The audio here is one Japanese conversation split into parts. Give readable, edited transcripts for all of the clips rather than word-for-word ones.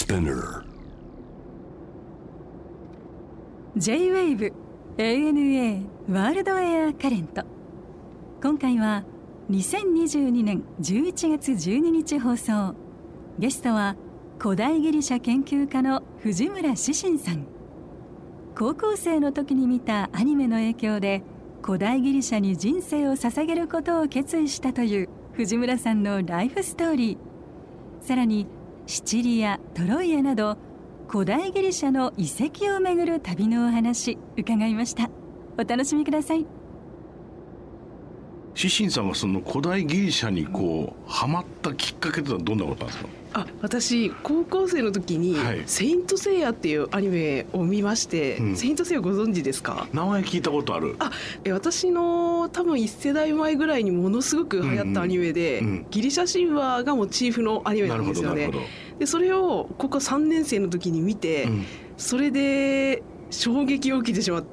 Spinner J-Wave ANA ワールドエアカレント。今回は2022年11月12日放送。ゲストは古代ギリシャ研究家の藤村志信さん。高校生の時に見たアニメの影響で古代ギリシャに人生を捧げることを決意したという藤村さんのライフストーリー。さらにシチリア、トロイアなど古代ギリシャの遺跡を巡る旅のお話伺いました。お楽しみください。 志信さんがその古代ギリシャにハマったきっかけとはどんなことなんですか？ 私高校生の時に、セイントセイヤっていうアニメを見まして、セイントセイヤご存知ですか？ 名前聞いたことある。 私の多分1世代前ぐらいにものすごく流行ったアニメで、ギリシャ神話がモチーフのアニメなんですよね。でそれを高校3年生の時に見て、それで衝撃を受けてしまって、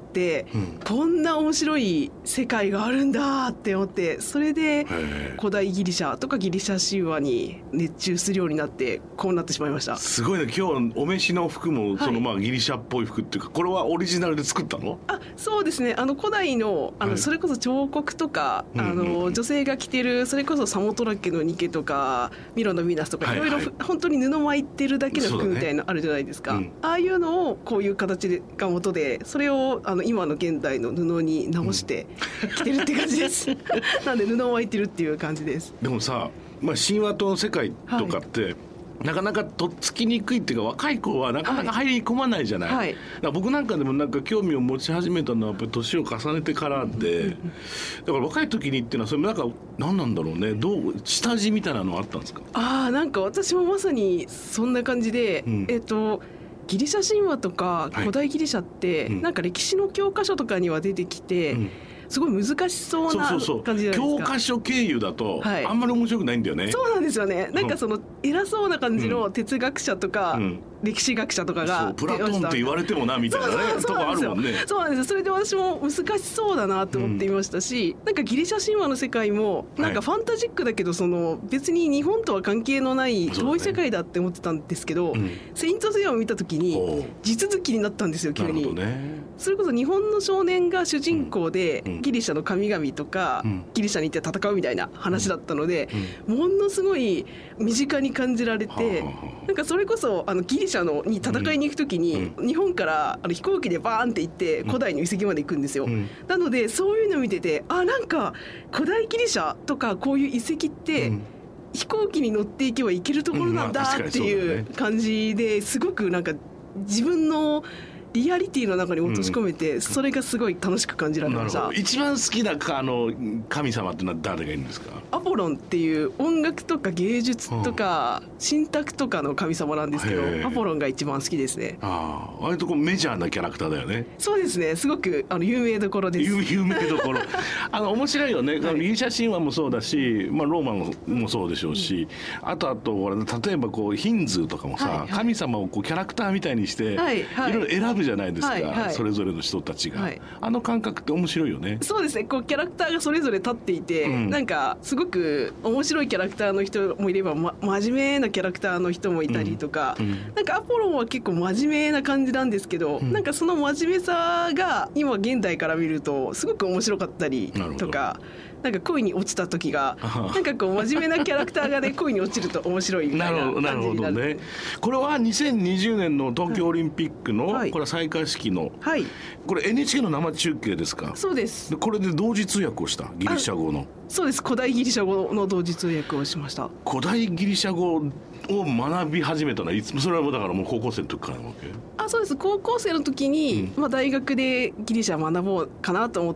こんな面白い世界があるんだって思って、それで古代ギリシャとかギリシャ神話に熱中するようになってこうなってしまいました。 すごいね。今日お召しの服もギリシャっぽい服っていうか、これはオリジナルで作ったの？ そうですね。古代のそれこそ彫刻とか、女性が着てるそれこそサモトラケのニケとかミロのヴィーナスとか、いろいろ本当に布巻いてるだけの服みたいなのあるじゃないですか。ああいうのをこういう形が元で、それを今の現代の布に直して着てるって感じですなんで布を巻いてるっていう感じです。 でもさ、神話と世界とかって、なかなかとっつきにくいっていうか、若い子はなかなか入り込まないじゃない、だから僕なんかでも興味を持ち始めたのはやっぱり年を重ねてからで、だから若い時にっていうのはそれ何なんだろうね、下地みたいなのあったんですか？ 私もまさにそんな感じで、ギリシャ神話とか古代ギリシャって、歴史の教科書とかには出てきて、すごい難しそうな感じじゃないですか。 教科書経由だとあんまり面白くないんだよね。 そうなんですよね。その偉そうな感じの哲学者とか、歴史学者とかがプラトーンって言われてもなみたいなとこあるもんね。 そうなんですよ。それで私も難しそうだなと思っていましたし、ギリシャ神話の世界もファンタジックだけど、別に日本とは関係のない遠い世界だって思ってたんですけど、セイントセイヤを見た時に地続きになったんですよ、急に。それこそ日本の少年が主人公で、ギリシャの神々とか、ギリシャに行って戦うみたいな話だったので、ものすごい身近に感じられて、それこそギリシャに戦いに行くときに、日本から飛行機でバーンって行って古代の遺跡まで行くんですよ。なのでそういうのを見てて、古代ギリシャとかこういう遺跡って、飛行機に乗っていけば行けるところなんだっていう感じで、すごく自分のリアリティの中に落とし込めて、それがすごい楽しく感じられました。 一番好きな神様ってのは誰がいるんですか？ アポロンっていう音楽とか芸術とか神託とかの神様なんですけど、アポロンが一番好きですね。 割とメジャーなキャラクターだよね。 そうですね。すごく有名どころです。 有名どころ面白いよね。ギリシャ神話もそうだし、ローマもそうでしょうし、あと例えばヒンズーとかもさ、神様をキャラクターみたいにして、いろいろ選ぶじゃないですか、それぞれの人たちが、感覚って面白いよね。 そうですね。キャラクターがそれぞれ立っていて、すごく面白いキャラクターの人もいれば、真面目なキャラクターの人もいたりとか、アポロンは結構真面目な感じなんですけど、その真面目さが今現代から見るとすごく面白かったりとか、恋に落ちた時が真面目なキャラクターがね恋に落ちると面白いみたいな感じになる。なるほどね。 これは2020年の東京オリンピックの、これは採火式の、これ NHK の生中継ですか？ そうです。 これで同時通訳をした、ギリシャ語の。 そうです。古代ギリシャ語の同時通訳をしました。 古代ギリシャ語を学び始めたのはいつ？それはだからもう高校生の時からなわけ？ そうです。高校生の時に、大学でギリシャ学ぼうかなと思って、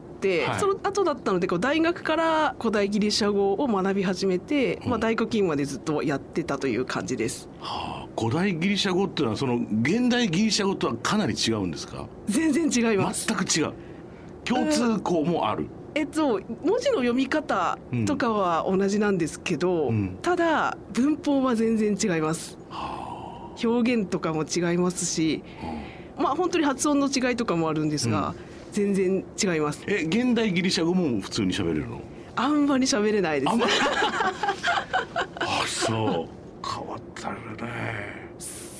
その後だったので大学から古代ギリシャ語を学び始めて、大学院までずっとやってたという感じです。 古代ギリシャ語っていうのは現代ギリシャ語とはかなり違うんですか？ 全然違います。 全く違う。共通項もある。 文字の読み方とかは同じなんですけど、ただ文法は全然違います。表現とかも違いますし、本当に発音の違いとかもあるんですが、全然違います。 現代ギリシャ語も普通に喋れるの？ あんまり喋れないですね。 そう変わったよね。 そ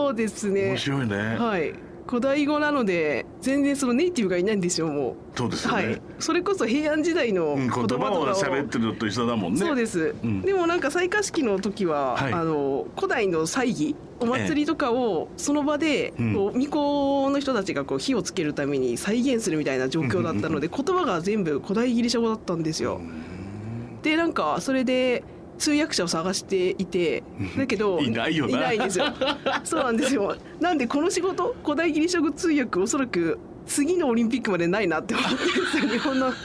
そうですね。 面白いね。 はい。古代語なので全然そのネイティブがいないんですよ。もうそうですよね、はい、 それこそ平安時代の言葉とかを喋ってるのと一緒だもんね。 そうです、でもなんか採火式の時は、はい、古代の祭儀お祭りとかをその場でこう巫女の人たちがこう火をつけるために再現するみたいな状況だったので、言葉が全部古代ギリシャ語だったんですよ。でなんかそれで通訳者を探していて、だけどいないよな。 いないんですよ。そうなんですよ。なんでこの仕事、古代ギリシャ語通訳おそらく次のオリンピックまでないなって思ってるんですよ、日本の。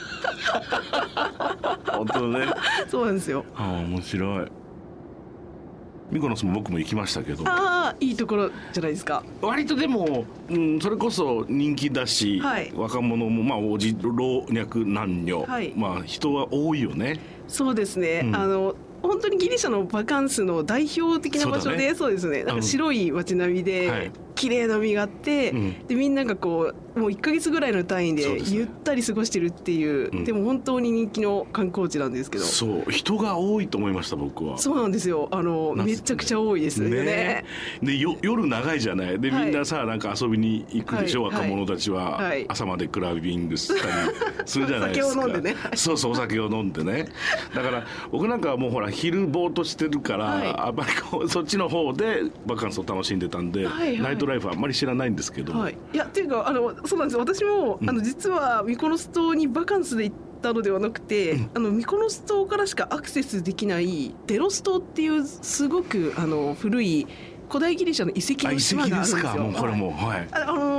本当ね。 そうなんですよ。 面白い。ミコノスも僕も行きましたけど、 いいところじゃないですか。 割とでも、それこそ人気だし、はい、若者もまあ老若男女、はい、まあ人は多いよね。そうですね、本当にギリシャのバカンスの代表的な場所で、そうですね、なんか白い街並みで、はい、綺麗な海があって、でみんながこうもう1ヶ月ぐらいの単位でゆったり過ごしてるっていう、でも本当に人気の観光地なんですけど、 そう人が多いと思いました僕は。 そうなんですよ。めちゃくちゃ多いですよね。 で夜長いじゃない。でみんなさ、なんか遊びに行くでしょ、若者たちは、朝までクラブビングしたりするじゃないですか。 お酒を飲んでね。 そうそう、お酒を飲んでね。だから僕なんかはもうほら昼ぼーっとしてるから、あんまりそっちの方でバカンスを楽しんでたんで、ナイトライフはあんまり知らないんですけど、 いやっていうかそうなんです。私も実はミコノス島にバカンスで行ったのではなくて、ミコノス島からしかアクセスできないデロス島っていうすごく古い古代ギリシャの遺跡の島があるんですよ。 もうこれも、はい、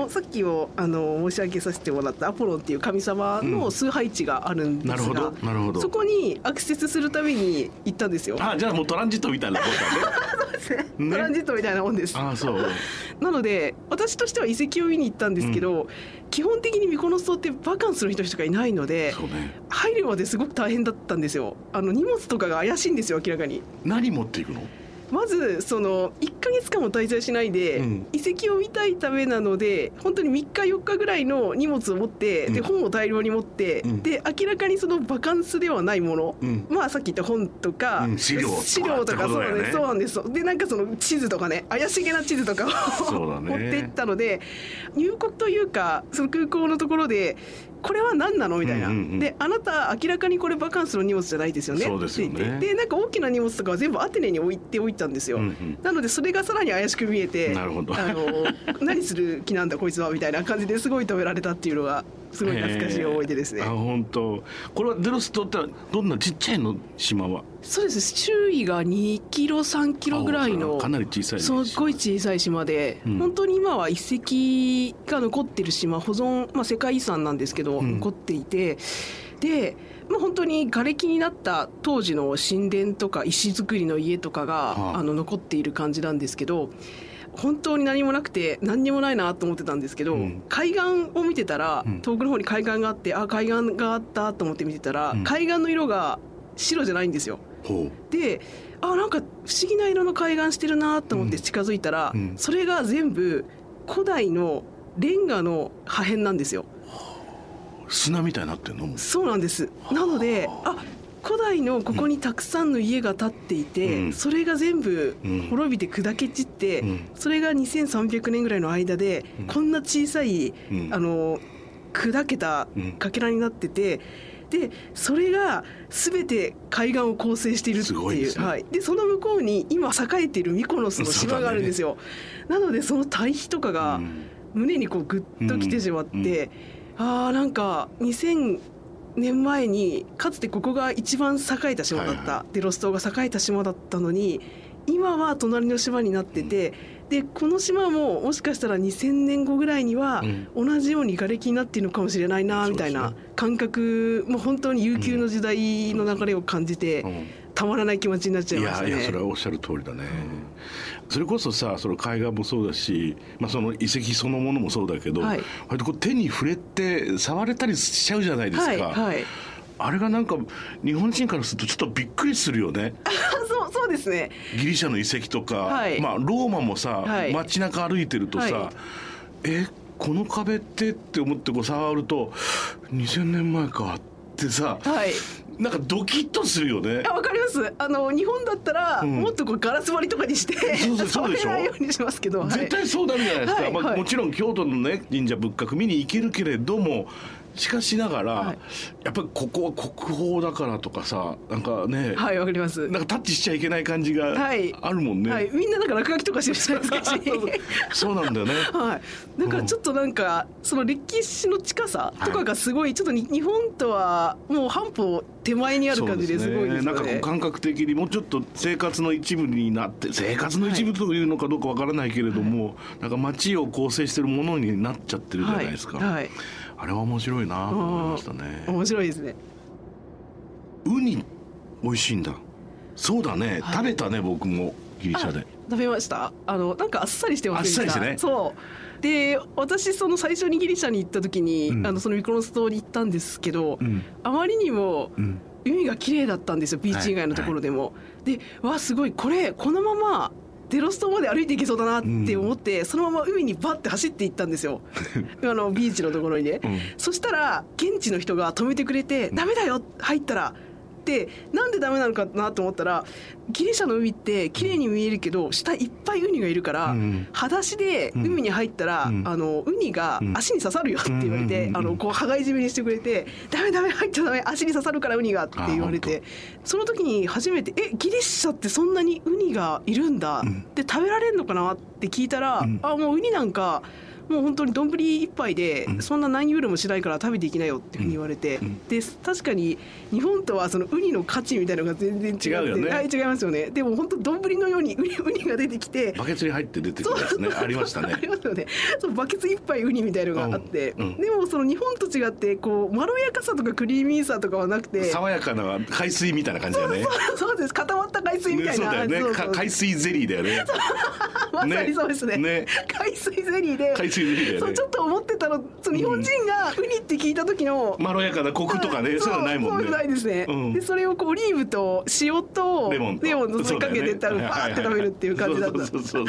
さっきも申し上げさせてもらったアポロンっていう神様の崇拝地があるんですが、 なるほど。 そこにアクセスするために行ったんですよ。 じゃあもうトランジットみたいなことだね。 そうですね、トランジットみたいなもんです。 そうなので私としては遺跡を見に行ったんですけど、基本的にミコノス島ってバカンスの人しかいないので、入るまですごく大変だったんですよ。荷物とかが怪しいんですよ。明らかに。 何持っていくの？ まずその1ヶ月間も滞在しないで、遺跡を見たいためなので本当に3日4日ぐらいの荷物を持って、で本を大量に持って、で明らかにそのバカンスではないもの、まあさっき言った本とか、資料とか、そうなんです。でなんかその地図とかね、怪しげな地図とかを持っていったので、入国というかその空港のところでこれは何なのみたいな、であなた明らかにこれバカンスの荷物じゃないですよね。 そうですよね。 でなんか大きな荷物とかは全部アテネに置いておいたんですよ。なのでそれがさらに怪しく見えて、 なるほど。 何する気なんだこいつはみたいな感じですごい止められたっていうのがすごい懐かしい思い出ですね。 本当。これはデロス島ってどんなちっちゃいの島は？そうです。周囲が2キロ3キロぐらいのかなり小さい、 すごい小さい島で、本当に今は遺跡が残ってる島、保存、世界遺産なんですけど、残っていて、で本当に瓦礫になった当時の神殿とか石造りの家とかが、残っている感じなんですけど、本当に何もなくて何にもないなと思ってたんですけど、海岸を見てたら、遠くの方に海岸があって、海岸があったと思って見てたら、海岸の色が白じゃないんですよ。でなんか不思議な色の海岸してるなと思って近づいたら、それが全部古代のレンガの破片なんですよ。 砂みたいになってんの？ そうなんです。なので古代のここにたくさんの家が建っていて、それが全部滅びて砕け散って、それが2300年ぐらいの間で、こんな小さい砕けたかけらになってて、でそれが全て海岸を構成しているっていう、でその向こうに今栄えているミコノスの島があるんですよ。なのでその対比とかが胸にこうグッときてしまって、なんか2000年前にかつてここが一番栄えた島だった、デロス島が栄えた島だったのに、今は隣の島になってて、でこの島ももしかしたら2000年後ぐらいには同じように瓦礫になっているのかもしれないなみたいな感覚、もう本当に悠久の時代の流れを感じて、たまらない気持ちになっちゃいましたね。 いやそれはおっしゃる通りだね。それこそさ、その海岸もそうだし、その遺跡そのものもそうだけど、割とこう手に触れて触れたりしちゃうじゃないですか。あれがなんか日本人からするとちょっとびっくりするよね。 そうですね。 ギリシャの遺跡とか、ローマもさ、街中歩いてるとさ、この壁って思ってこう触ると2000年前かってさ、 なんかドキッとするよね。 わかります。日本だったら、もっとこうガラス張りとかにしてそうでしょ。 ないようにしますけど、 絶対そうなるじゃないですか。もちろん京都のね神社仏閣見に行けるけれども、しかしながら、やっぱりここは国宝だからとかさ、なんかね、 はいわかります。 なんかタッチしちゃいけない感じがあるもんね。 みんななんか落書きとかしてるじゃないですか。 そうなんだよね。 だからちょっとなんかその歴史の近さとかがすごいちょっと日本とはもう半歩手前にある感じですごいですよね。 なんかこう感覚的にもうちょっと生活の一部になって、生活の一部というのかどうかわからないけれども、なんか街を構成しているものになっちゃってるじゃないですか。あれは面白いなと思いましたね。 面白いですね。 ウニ美味しいんだ。そうだね、食べたね僕もギリシャで。 食べました。なんかあっさりしてますね。 あっさりしてね。 そうで、私その最初にギリシャに行った時に、そのミコノス島に行ったんですけど、あまりにも海が綺麗だったんですよ、ビーチ以外のところでも。で、わすごい、このままデロス島まで歩いていけそうだなって思って、そのまま海にバッて走って行ったんですよ。ビーチのところにね。そしたら現地の人が止めてくれて、ダメだよ入ったら。でなんでダメなのかなと思ったら、ギリシャの海って綺麗に見えるけど下いっぱいウニがいるから、裸足で海に入ったら、ウニが足に刺さるよって言われて、こう羽交い締めにしてくれて、ダメ入っちゃダメ、足に刺さるからウニがって言われて、その時に初めてギリシャってそんなにウニがいるんだ、で食べられるのかなって聞いたら、もうウニなんかもう本当に丼一杯でそんな何ユーロもしないから食べていきなよっていうふうに言われて、で確かに日本とはそのウニの価値みたいなのが全然違って、 違うよね。 違いますよね。でも本当丼のようにウニが出てきて、 バケツに入って出てくるやつね。ありましたね。 ありますよね。そのバケツ一杯ウニみたいなのがあって、でもその日本と違ってこうまろやかさとかクリーミーさとかはなくて、 爽やかな海水みたいな感じだね。 そうです。固まった海水みたいな。 そうだよね。海水ゼリーだよね。 まさにそうですね。海水ゼリーで。そうちょっと思ってたの、日本人がウニって聞いた時のまろやかなコクとかね、そういうのないもんね。 そうないですね。でそれをこうオリーブと塩とレモンのそれかけてたらバーって食べるっていう感じだった。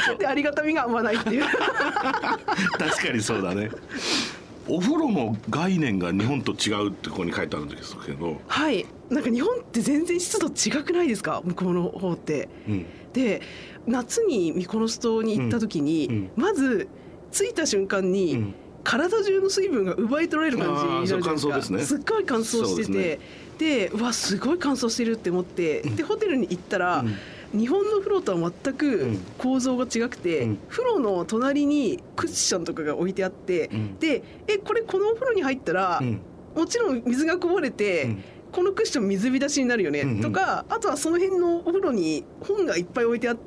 でありがたみがあんまないっていう。 確かにそうだね。お風呂の概念が日本と違うってここに書いてあるんですけど、 なんか日本って全然湿度違くないですか、向こうの方って。で夏にミコノス島に行った時に、まず着いた瞬間に、体中の水分が奪い取られる感じになるじゃないですか。すっごい乾燥してて、でうわすごい乾燥してるって思って、でホテルに行ったら、日本の風呂とは全く構造が違くて、風呂の隣にクッションとかが置いてあって、でこのお風呂に入ったら、もちろん水がこぼれて、このクッション水浸しになるよね、とか、あとはその辺のお風呂に本がいっぱい置いてあって、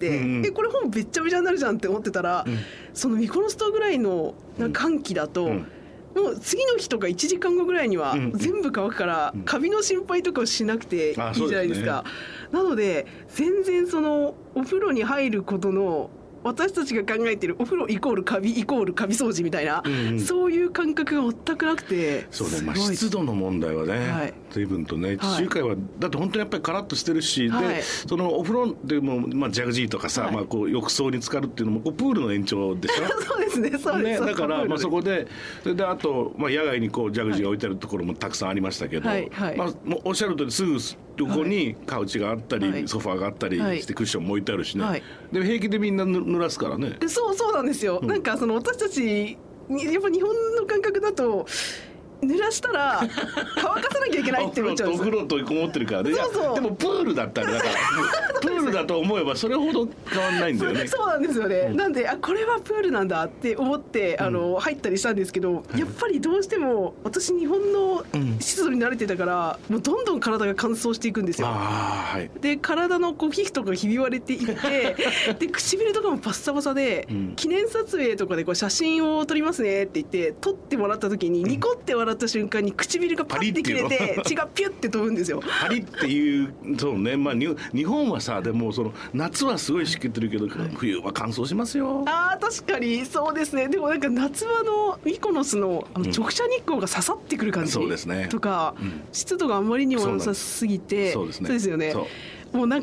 これ本べっちゃべちゃになるじゃんって思ってたら、そのミコノス島ぐらいの寒気だと、もう次の日とか1時間後ぐらいには全部乾くから、カビの心配とかをしなくていいじゃないですか。なので全然そのお風呂に入ることの、私たちが考えてるお風呂イコールカビイコールカビ掃除みたいな、そういう感覚が全くなくて。 そうね、湿度の問題はね、随分とね、地中海はだって本当にやっぱりカラッとしてるし、でそのお風呂でも、ジャグジーとかさ、こう浴槽に浸かるっていうのもこうプールの延長でしょ。 そうですね、そうですね。 だからそこで、それであと、野外にこうジャグジーが置いてあるところもたくさんありましたけど、もうおっしゃるとおりすぐ横にカウチがあったり、ソファーがあったりしてクッションも置いてあるしね、で平気でみんな濡らすからね。 そうなんですよ。なんかその私たちやっぱ日本の感覚だと、濡らしたら乾かさなきゃいけないって思っちゃうんです。 お風呂とこもってるからね。でもプールだったらだからプールだと思えばそれほど変わんないんだよね。 そうなんですよね。なんでこれはプールなんだって思って入ったりしたんですけど、やっぱりどうしても私日本の湿度に慣れてたから、もうどんどん体が乾燥していくんですよ。で体のこう皮膚とかがひび割れていってで唇とかもパッサパサで、記念撮影とかでこう写真を撮りますねって言って撮ってもらった時に、ニコって笑った瞬間に唇がパッて切れて血がピュッて飛ぶんですよ。 パリっていう、そうね、日本はさ、でもその夏はすごい湿気ってるけど、冬は乾燥しますよ。 確かにそうですね。でもなんか夏場のミコノスの直射日光が刺さってくる感じとか、湿度があまりにもなさすぎて、そうですよね。もうなんか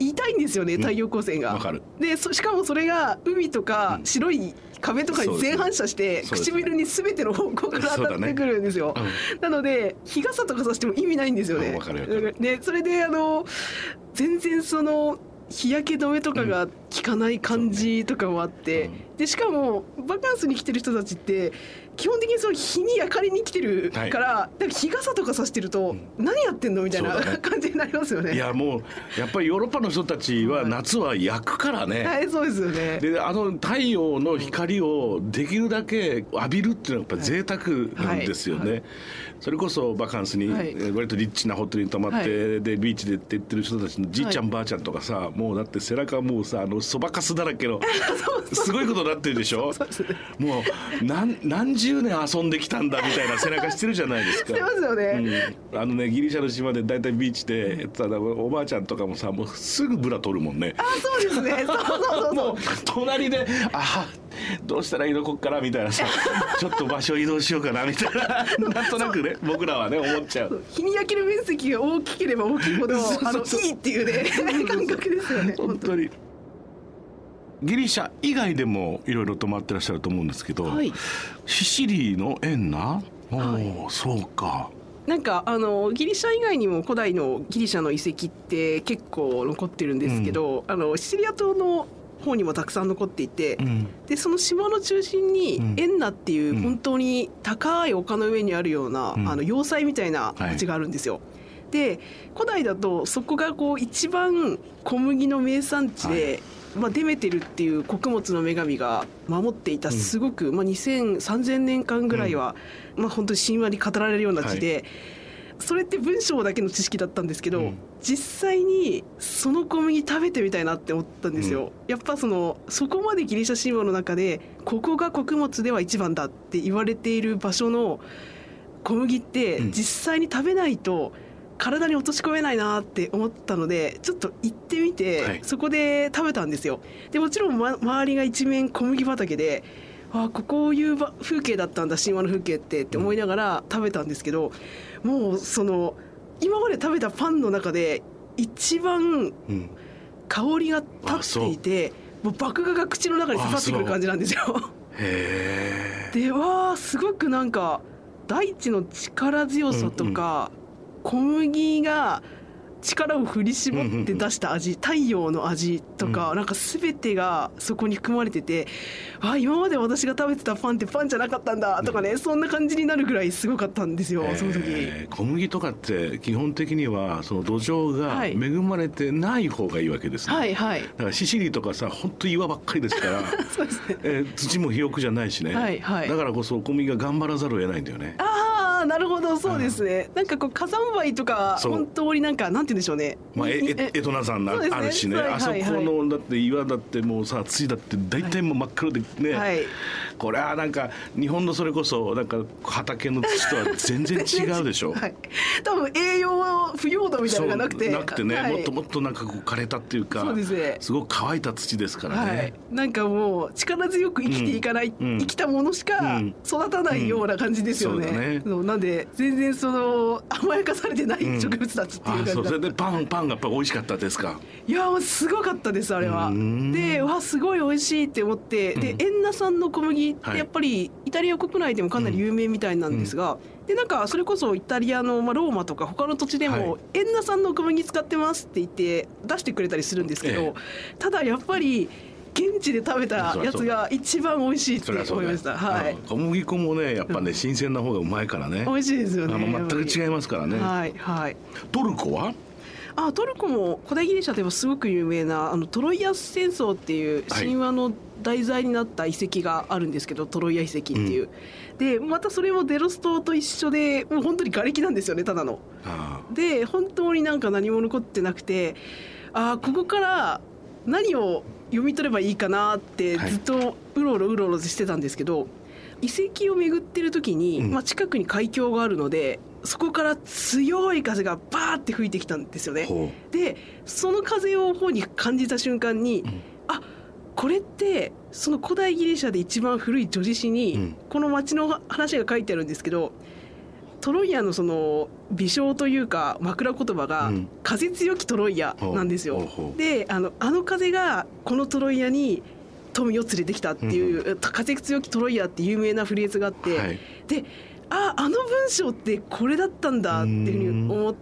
痛いんですよね、太陽光線が。 わかる。 でしかもそれが海とか白い壁とかに全反射して、唇に全ての方向から当たってくるんですよ。なので日傘とかさしても意味ないんですよね。 わかるわかる。 ね、それで全然その日焼け止めとかが効かない感じとかもあって、でしかもバカンスに来てる人たちって基本的にその日に焼かれに来てるから、なんか日傘とかさしてると何やってんのみたいな感じになりますよね。 いやもうやっぱりヨーロッパの人たちは夏は焼くからね。 はい、そうですよね。 で太陽の光をできるだけ浴びるっていうのはやっぱり贅沢なんですよね。それこそバカンスに割とリッチなホテルに泊まって、でビーチでって言ってる人たちのじいちゃんばあちゃんとかさ、もうだって背中もうさそばかすだらけのすごいことになってるでしょ。もう何十年遊んできたんだみたいな背中してるじゃないですか。 してますよね。 ギリシャの島でだいたいビーチでおばあちゃんとかもさもうすぐブラ取るもんね。 そうですね。そう隣でどうしたらいいのこっからみたいなさちょっと場所移動しようかなみたいななんとなくね僕らはね思っちゃう。 日に焼ける面積が大きければ大きいほどいいっていうね感覚ですよね。 本当に。ギリシャ以外でもいろいろ泊まってらっしゃると思うんですけど、シシリのエンナ、そうか。 なんかギリシャ以外にも古代のギリシャの遺跡って結構残ってるんですけど、シチリア島の方にもたくさん残っていて、でその島の中心にエンナっていう本当に高い丘の上にあるような、要塞みたいな町があるんですよ。で古代だとそこがこう一番小麦の名産地で、デメテルっていう穀物の女神が守っていたすごく、3000年間ぐらいは、本当に神話に語られるような地で、それって文章だけの知識だったんですけど、実際にその小麦食べてみたいなって思ったんですよ。やっぱそこまでギリシャ神話の中でここが穀物では一番だって言われている場所の小麦って実際に食べないと体に落とし込めないなって思ったのでちょっと行ってみて、そこで食べたんですよ。でもちろん、周りが一面小麦畑でこういう風景だったんだ神話の風景って思いながら食べたんですけど、もう今まで食べたパンの中で一番香りが立っていて、もう麦芽が口の中に刺さってくる感じなんですよ。ですごくなんか大地の力強さとか、小麦が力を振り絞って出した味、太陽の味とか、なんか全てがそこに含まれてて、今まで私が食べてたパンってパンじゃなかったんだとかね、そんな感じになるぐらいすごかったんですよ、その時。 小麦とかって基本的にはその土壌が恵まれてない方がいいわけですね。だからシシリとかさ本当岩ばっかりですからそうですね、 土も肥沃じゃないしね、だからこそ小麦が頑張らざるを得ないんだよね。 なるほど、そうですね。なんかこう火山灰とか本当になんて言うんでしょうね。 エトナ山あるしね、あそこのだって岩だってもうさ土だって大体もう真っ黒でね、これはなんか日本のそれこそなんか畑の土とは全然違うでしょ。 多分栄養不要度みたいなのがなくてね、もっともっとなんかこう枯れたっていうか、すごく乾いた土ですからね。 なんかもう力強く生きていかない、生きたものしか育たないような感じですよね。なんで全然甘やかされてない植物たちっていう感じだ。 それでパンがやっぱり美味しかったですか？ いやすごかったですあれは。ですごい美味しいって思って、でエンナ産の小麦ってやっぱりイタリア国内でもかなり有名みたいなんですが、でなんかそれこそイタリアのローマとか他の土地でもエンナ産の小麦使ってますって言って出してくれたりするんですけど、ただやっぱり現地で食べたやつが一番美味しいって思いました。 小麦粉もねやっぱね新鮮な方がうまいからね。 美味しいですよね。 全く違いますからね。トルコは？ トルコも古代ギリシャではすごく有名なトロイア戦争っていう神話の題材になった遺跡があるんですけど、トロイア遺跡っていう、でまたそれもデロス島と一緒でもう本当に瓦礫なんですよね、ただの。で本当になんか何も残ってなくて、ここから何を読み取ればいいかなってずっとうろうろしてたんですけど、遺跡を巡ってる時に、近くに海峡があるのでそこから強い風がバーって吹いてきたんですよね。でその風を方に感じた瞬間に、これってその古代ギリシャで一番古い叙事詩に、この町の話が書いてあるんですけど、 トロイアのその微笑というか枕言葉が、風強きトロイアなんですよ。であの風がこのトロイアに富を連れてきたっていう、風強きトロイアって有名なフレーズがあって、はい、であの文章ってこれだったんだっていうふうに思って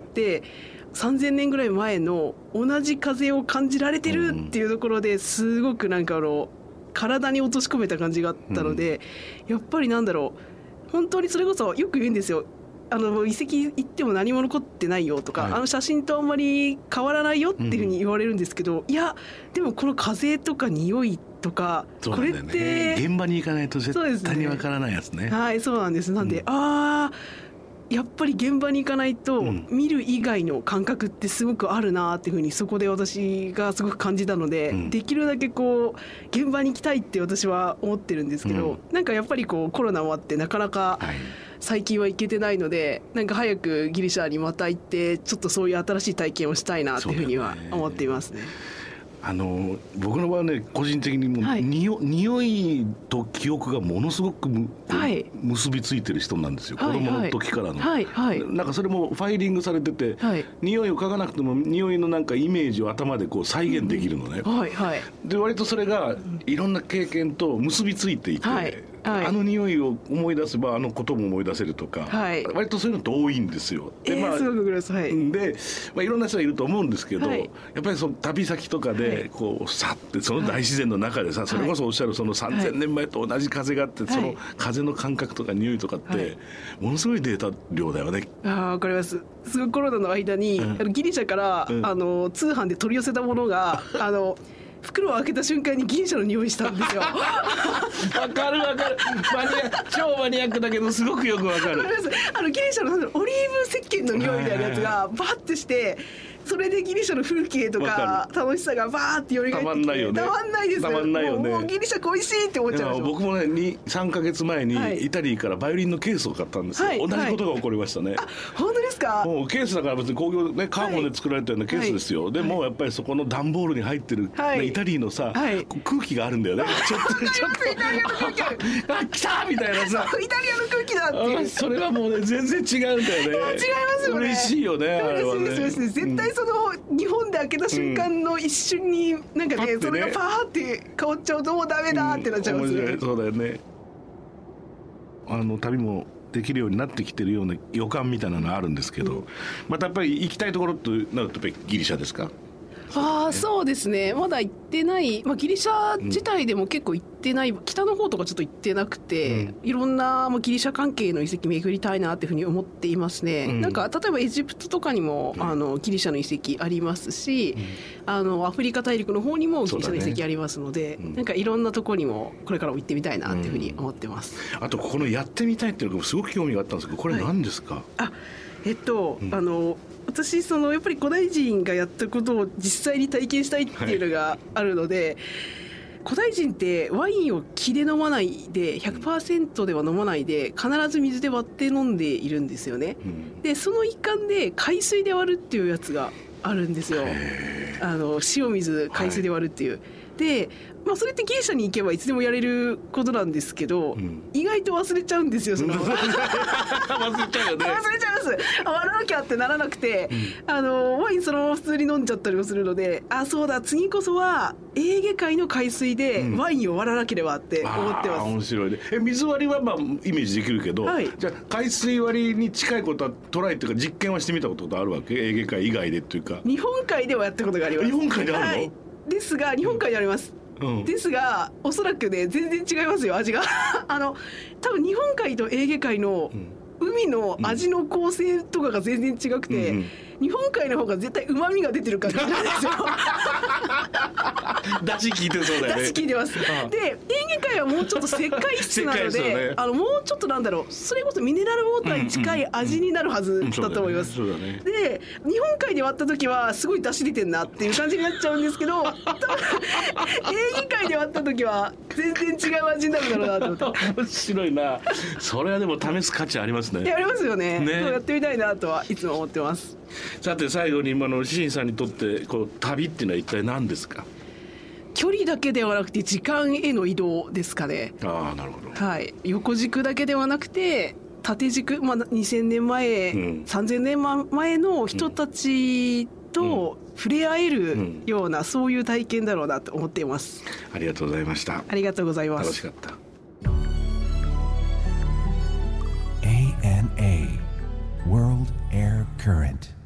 、3000年ぐらい前の同じ風を感じられてるっていうところですごくなんか体に落とし込めた感じがあったので、やっぱりなんだろう、本当にそれこそよく言うんですよ。遺跡行っても何も残ってないよとか、はい、写真とあんまり変わらないよっていうふうに言われるんですけど、いやでもこの風とか匂いとか、これって現場に行かないと絶対にわからないやつね。 はい、そうなんです。なんで、やっぱり現場に行かないと見る以外の感覚ってすごくあるなっていうふうにそこで私がすごく感じたので、できるだけこう現場に行きたいって私は思ってるんですけど、なんかやっぱりこうコロナもあってなかなか最近は行けてないので、なんか早くギリシャにまた行ってちょっとそういう新しい体験をしたいなっていうふうには思っていますね。 僕の場合はね、個人的にもう、匂いと記憶がものすごく結びついてる人なんですよ、子供の時からの、なんかそれもファイリングされてて、匂いを嗅がなくても匂いのなんかイメージを頭でこう再現できるのね、で割とそれがいろんな経験と結びついていて、あの匂いを思い出せばあのことも思い出せるとか、割とそういうのって多いんですよ。で、いろんな人がいると思うんですけど、やっぱりその旅先とかでこうさってその大自然の中でさ、それこそおっしゃるその3000年前と同じ風があって、その風の感覚とか匂いとかってものすごいデータ量だよね。 わかります。すごいコロナの間にギリシャから通販で取り寄せたものが袋を開けた瞬間にギリシャの匂いしたんですよ。わかる超マニアックだけどすごくよくわかる。 ギリシャのオリーブ石鹸の匂いみたいなやつがバッてして、それでギリシャの風景とか楽しさがバーってよりがえってきて、たまんないですよね。もうギリシャ恋しいって思っちゃいました。 僕もね3ヶ月前にイタリーからバイオリンのケースを買ったんですよ、同じことが起こりましたね。 本当ですか？ もうケースだから別に工業ね、カーボンで作られたようなケースですよ、でもやっぱりそこの段ボールに入ってる、イタリーのさ、空気があるんだよね。ちょっとイタリアの空気ある来たみたいなさ、 イタリアの空気だっていう。 それはもうね全然違うんだよね。違いますよね。嬉しいよね、あれはね。 絶対その日本で開けた瞬間の一瞬になんかね、それがパーって変わっちゃうともうダメだってなっちゃいますね。 そうだよね。旅もできるようになってきてるような予感みたいなのあるんですけど、またやっぱり行きたいところとなるとやっぱりギリシャですか？ そうですね、まだ行ってない、ギリシャ自体でも結構行ってない、北の方とかちょっと行ってなくて、いろんなギリシャ関係の遺跡巡りたいなっていうふうに思っていますね。なんか例えばエジプトとかにもギリシャの遺跡ありますし、アフリカ大陸の方にもギリシャの遺跡ありますので、なんかいろんなところにもこれからも行ってみたいなっていうふうに思ってます。 あとここのやってみたいっていうのがすごく興味があったんですけど、これ何ですか？ 私やっぱり古代人がやったことを実際に体験したいっていうのがあるので、古代人ってワインを気で飲まないで 100% では飲まないで必ず水で割って飲んでいるんですよね。でその一環で海水で割るっていうやつがあるんですよ。塩水海水で割るっていう、でそれってギリシャに行けばいつでもやれることなんですけど、意外と忘れちゃうんですよ。忘れちゃいます。割らなきゃってならなくて、ワインそのまま普通に飲んじゃったりもするので、そうだ次こそはエーゲ海の海水でワインを割らなければって思ってます。 面白いね。水割りはイメージできるけど、じゃあ海水割りに近いことはトライというか実験はしてみたことあるわけ？エーゲ海以外でっていうか。 日本海ではやったことがあります。 日本海であるの？ ですが日本海であります。ですがおそらくね全然違いますよ、味が。多分日本海とエーゲ海の海の味の構成とかが全然違くて、日本海の方が絶対旨味が出てる感じなんですよ。 出汁効いてそうだよね。 出汁効いてます。でエーゲ海はもうちょっと石灰質なので、もうちょっとそれこそミネラルウォーターに近い味になるはずだと思います。で日本海で割った時はすごい出汁出てんなっていう感じになっちゃうんですけど、多分エーゲ海で割った時は全然違う味になるだろうなと思って。 面白いな。それはでも試す価値ありますね。 やりますよね。やってみたいなとはいつも思ってます。 さて最後に今のシンさんにとって旅っていうのは一体何ですか？ 距離だけではなくて時間への移動ですかね。 なるほど。 横軸だけではなくて縦軸、2000年前、3000年前の人たちと触れ合えるような、そういう体験だろうなと思っています。 ありがとうございました。 ありがとうございます。 楽しかった。 ANA World Air Current